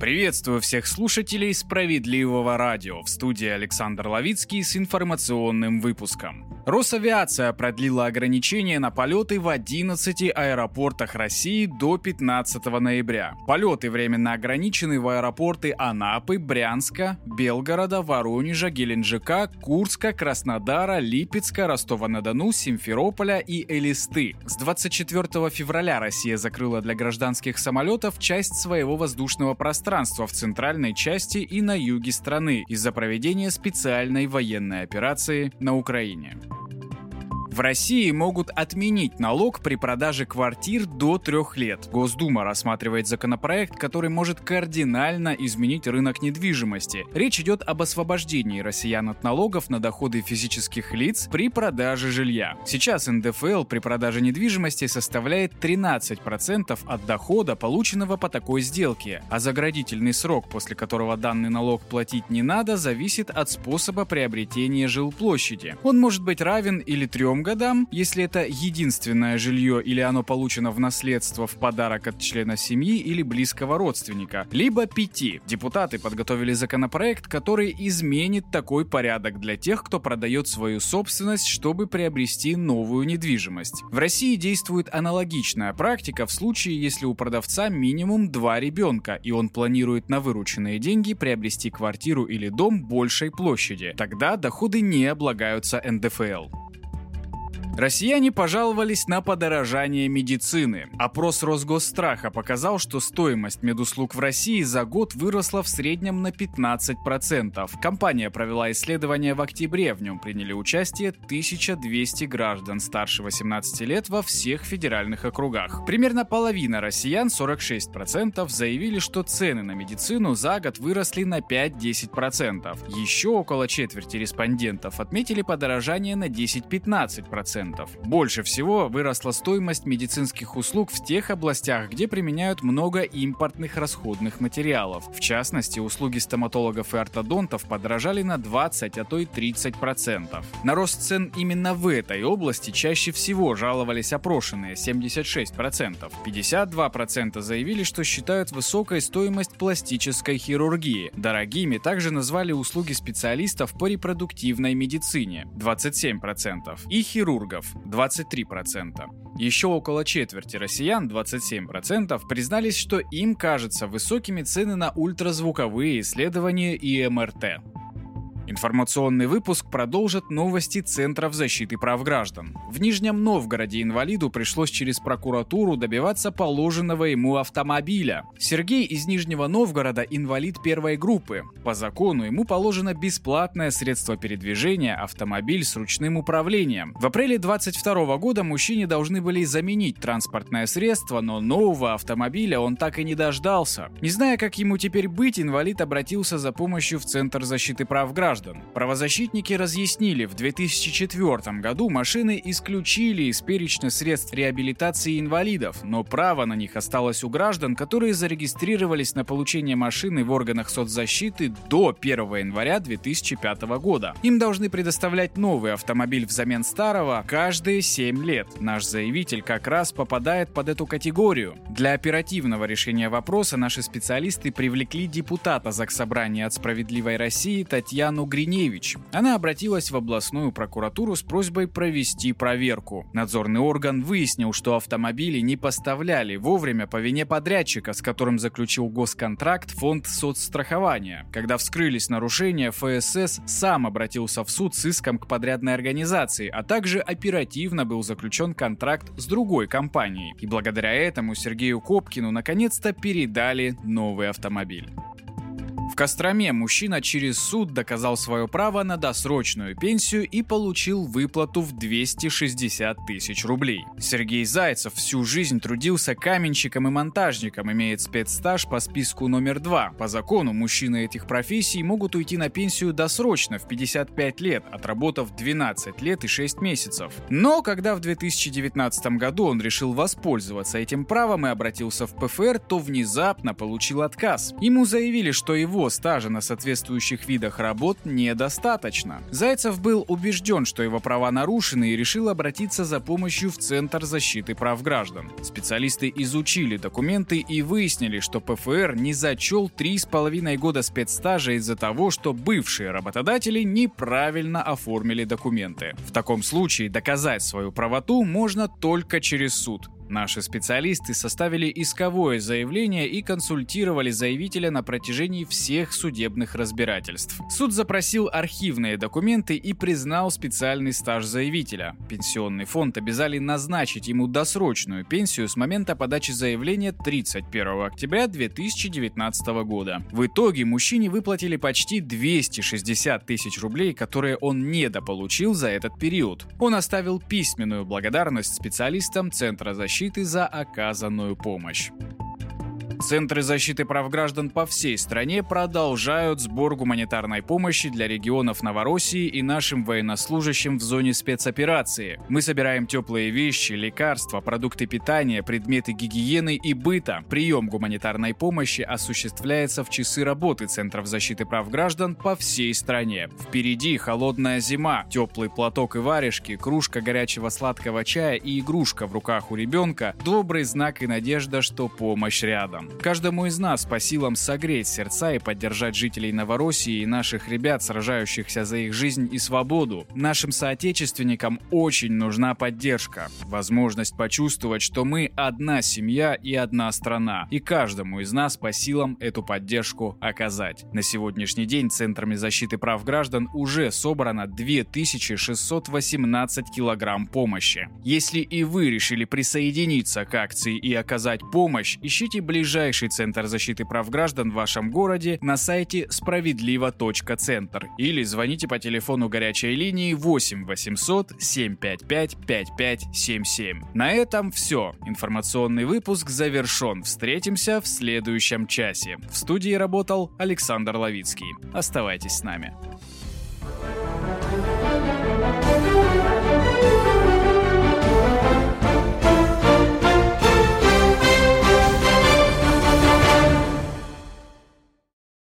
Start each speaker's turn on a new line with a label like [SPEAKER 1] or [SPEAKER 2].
[SPEAKER 1] Приветствую всех слушателей Справедливого радио. В студии Александр Ловицкий с информационным выпуском. Росавиация продлила ограничения на полеты в 11 аэропортах России до 15 ноября. Полеты временно ограничены в аэропорты Анапы, Брянска, Белгорода, Воронежа, Геленджика, Курска, Краснодара, Липецка, Ростова-на-Дону, Симферополя и Элисты. С 24 февраля Россия закрыла для гражданских самолетов часть своего воздушного пространства в центральной части и на юге страны из-за проведения специальной военной операции на Украине. В России могут отменить налог при продаже квартир до 3 лет. Госдума рассматривает законопроект, который может кардинально изменить рынок недвижимости. Речь идет об освобождении россиян от налогов на доходы физических лиц при продаже жилья. Сейчас НДФЛ при продаже недвижимости составляет 13% от дохода, полученного по такой сделке, а заградительный срок, после которого данный налог платить не надо, зависит от способа приобретения жилплощади. Он может быть равен или 3 годам, если это единственное жилье или оно получено в наследство в подарок от члена семьи или близкого родственника, либо 5. Депутаты подготовили законопроект, который изменит такой порядок для тех, кто продает свою собственность, чтобы приобрести новую недвижимость. В России действует аналогичная практика в случае, если у продавца минимум 2 ребенка, и он планирует на вырученные деньги приобрести квартиру или дом большей площади. Тогда доходы не облагаются НДФЛ. Россияне пожаловались на подорожание медицины. Опрос Росгосстраха показал, что стоимость медуслуг в России за год выросла в среднем на 15%. Компания провела исследование в октябре, в нем приняли участие 1200 граждан старше 18 лет во всех федеральных округах. Примерно половина россиян, 46%, заявили, что цены на медицину за год выросли на 5-10%. Еще около четверти респондентов отметили подорожание на 10-15%. Больше всего выросла стоимость медицинских услуг в тех областях, где применяют много импортных расходных материалов. В частности, услуги стоматологов и ортодонтов подорожали на 20, а то и 30%. На рост цен именно в этой области чаще всего жаловались опрошенные – 76%. 52% заявили, что считают высокой стоимость пластической хирургии. Дорогими также назвали услуги специалистов по репродуктивной медицине – 27%, и хирургов 23%. Еще около четверти россиян, 27%, признались, что им кажется высокими цены на ультразвуковые исследования и МРТ. Информационный выпуск продолжит новости Центров защиты прав граждан. В Нижнем Новгороде инвалиду пришлось через прокуратуру добиваться положенного ему автомобиля. Сергей из Нижнего Новгорода инвалид 1 группы. По закону ему положено бесплатное средство передвижения – автомобиль с ручным управлением. В апреле 2022 года мужчине должны были заменить транспортное средство, но нового автомобиля он так и не дождался. Не зная, как ему теперь быть, инвалид обратился за помощью в Центр защиты прав граждан. Правозащитники разъяснили, в 2004 году машины исключили из перечня средств реабилитации инвалидов, но право на них осталось у граждан, которые зарегистрировались на получение машины в органах соцзащиты до 1 января 2005 года. Им должны предоставлять новый автомобиль взамен старого каждые 7 лет. Наш заявитель как раз попадает под эту категорию. Для оперативного решения вопроса наши специалисты привлекли депутата Заксобрания от «Справедливой России» Татьяну Гриневич. Она обратилась в областную прокуратуру с просьбой провести проверку. Надзорный орган выяснил, что автомобили не поставляли вовремя по вине подрядчика, с которым заключил госконтракт фонд соцстрахования. Когда вскрылись нарушения, ФСС сам обратился в суд с иском к подрядной организации, а также оперативно был заключен контракт с другой компанией. И благодаря этому Сергею Копкину наконец-то передали новый автомобиль. В Костроме мужчина через суд доказал свое право на досрочную пенсию и получил выплату в 260 тысяч рублей. Сергей Зайцев всю жизнь трудился каменщиком и монтажником, имеет спецстаж по списку номер 2. По закону мужчины этих профессий могут уйти на пенсию досрочно в 55 лет, отработав 12 лет и 6 месяцев. Но когда в 2019 году он решил воспользоваться этим правом и обратился в ПФР, то внезапно получил отказ. Ему заявили, что его одного стажа на соответствующих видах работ недостаточно. Зайцев был убежден, что его права нарушены, и решил обратиться за помощью в Центр защиты прав граждан. Специалисты изучили документы и выяснили, что ПФР не зачел 3,5 года спецстажа из-за того, что бывшие работодатели неправильно оформили документы. В таком случае доказать свою правоту можно только через суд. Наши специалисты составили исковое заявление и консультировали заявителя на протяжении всех судебных разбирательств. Суд запросил архивные документы и признал специальный стаж заявителя. Пенсионный фонд обязали назначить ему досрочную пенсию с момента подачи заявления 31 октября 2019 года. В итоге мужчине выплатили почти 260 тысяч рублей, которые он недополучил за этот период. Он оставил письменную благодарность специалистам Центра защиты за оказанную помощь. Центры защиты прав граждан по всей стране продолжают сбор гуманитарной помощи для регионов Новороссии и нашим военнослужащим в зоне спецоперации. Мы собираем теплые вещи, лекарства, продукты питания, предметы гигиены и быта. Прием гуманитарной помощи осуществляется в часы работы Центров защиты прав граждан по всей стране. Впереди холодная зима, теплый платок и варежки, кружка горячего сладкого чая и игрушка в руках у ребенка – добрый знак и надежда, что помощь рядом. Каждому из нас по силам согреть сердца и поддержать жителей Новороссии и наших ребят, сражающихся за их жизнь и свободу. Нашим соотечественникам очень нужна поддержка. Возможность почувствовать, что мы одна семья и одна страна. И каждому из нас по силам эту поддержку оказать. На сегодняшний день Центрами защиты прав граждан уже собрано 2618 килограмм помощи. Если и вы решили присоединиться к акции и оказать помощь, ищите ближайший Центр защиты прав граждан в вашем городе на сайте справедливо.центр или звоните по телефону горячей линии 8 800 755 5577. На этом все. Информационный выпуск завершен. Встретимся в следующем часе. В студии работал Александр Ловицкий. Оставайтесь с нами.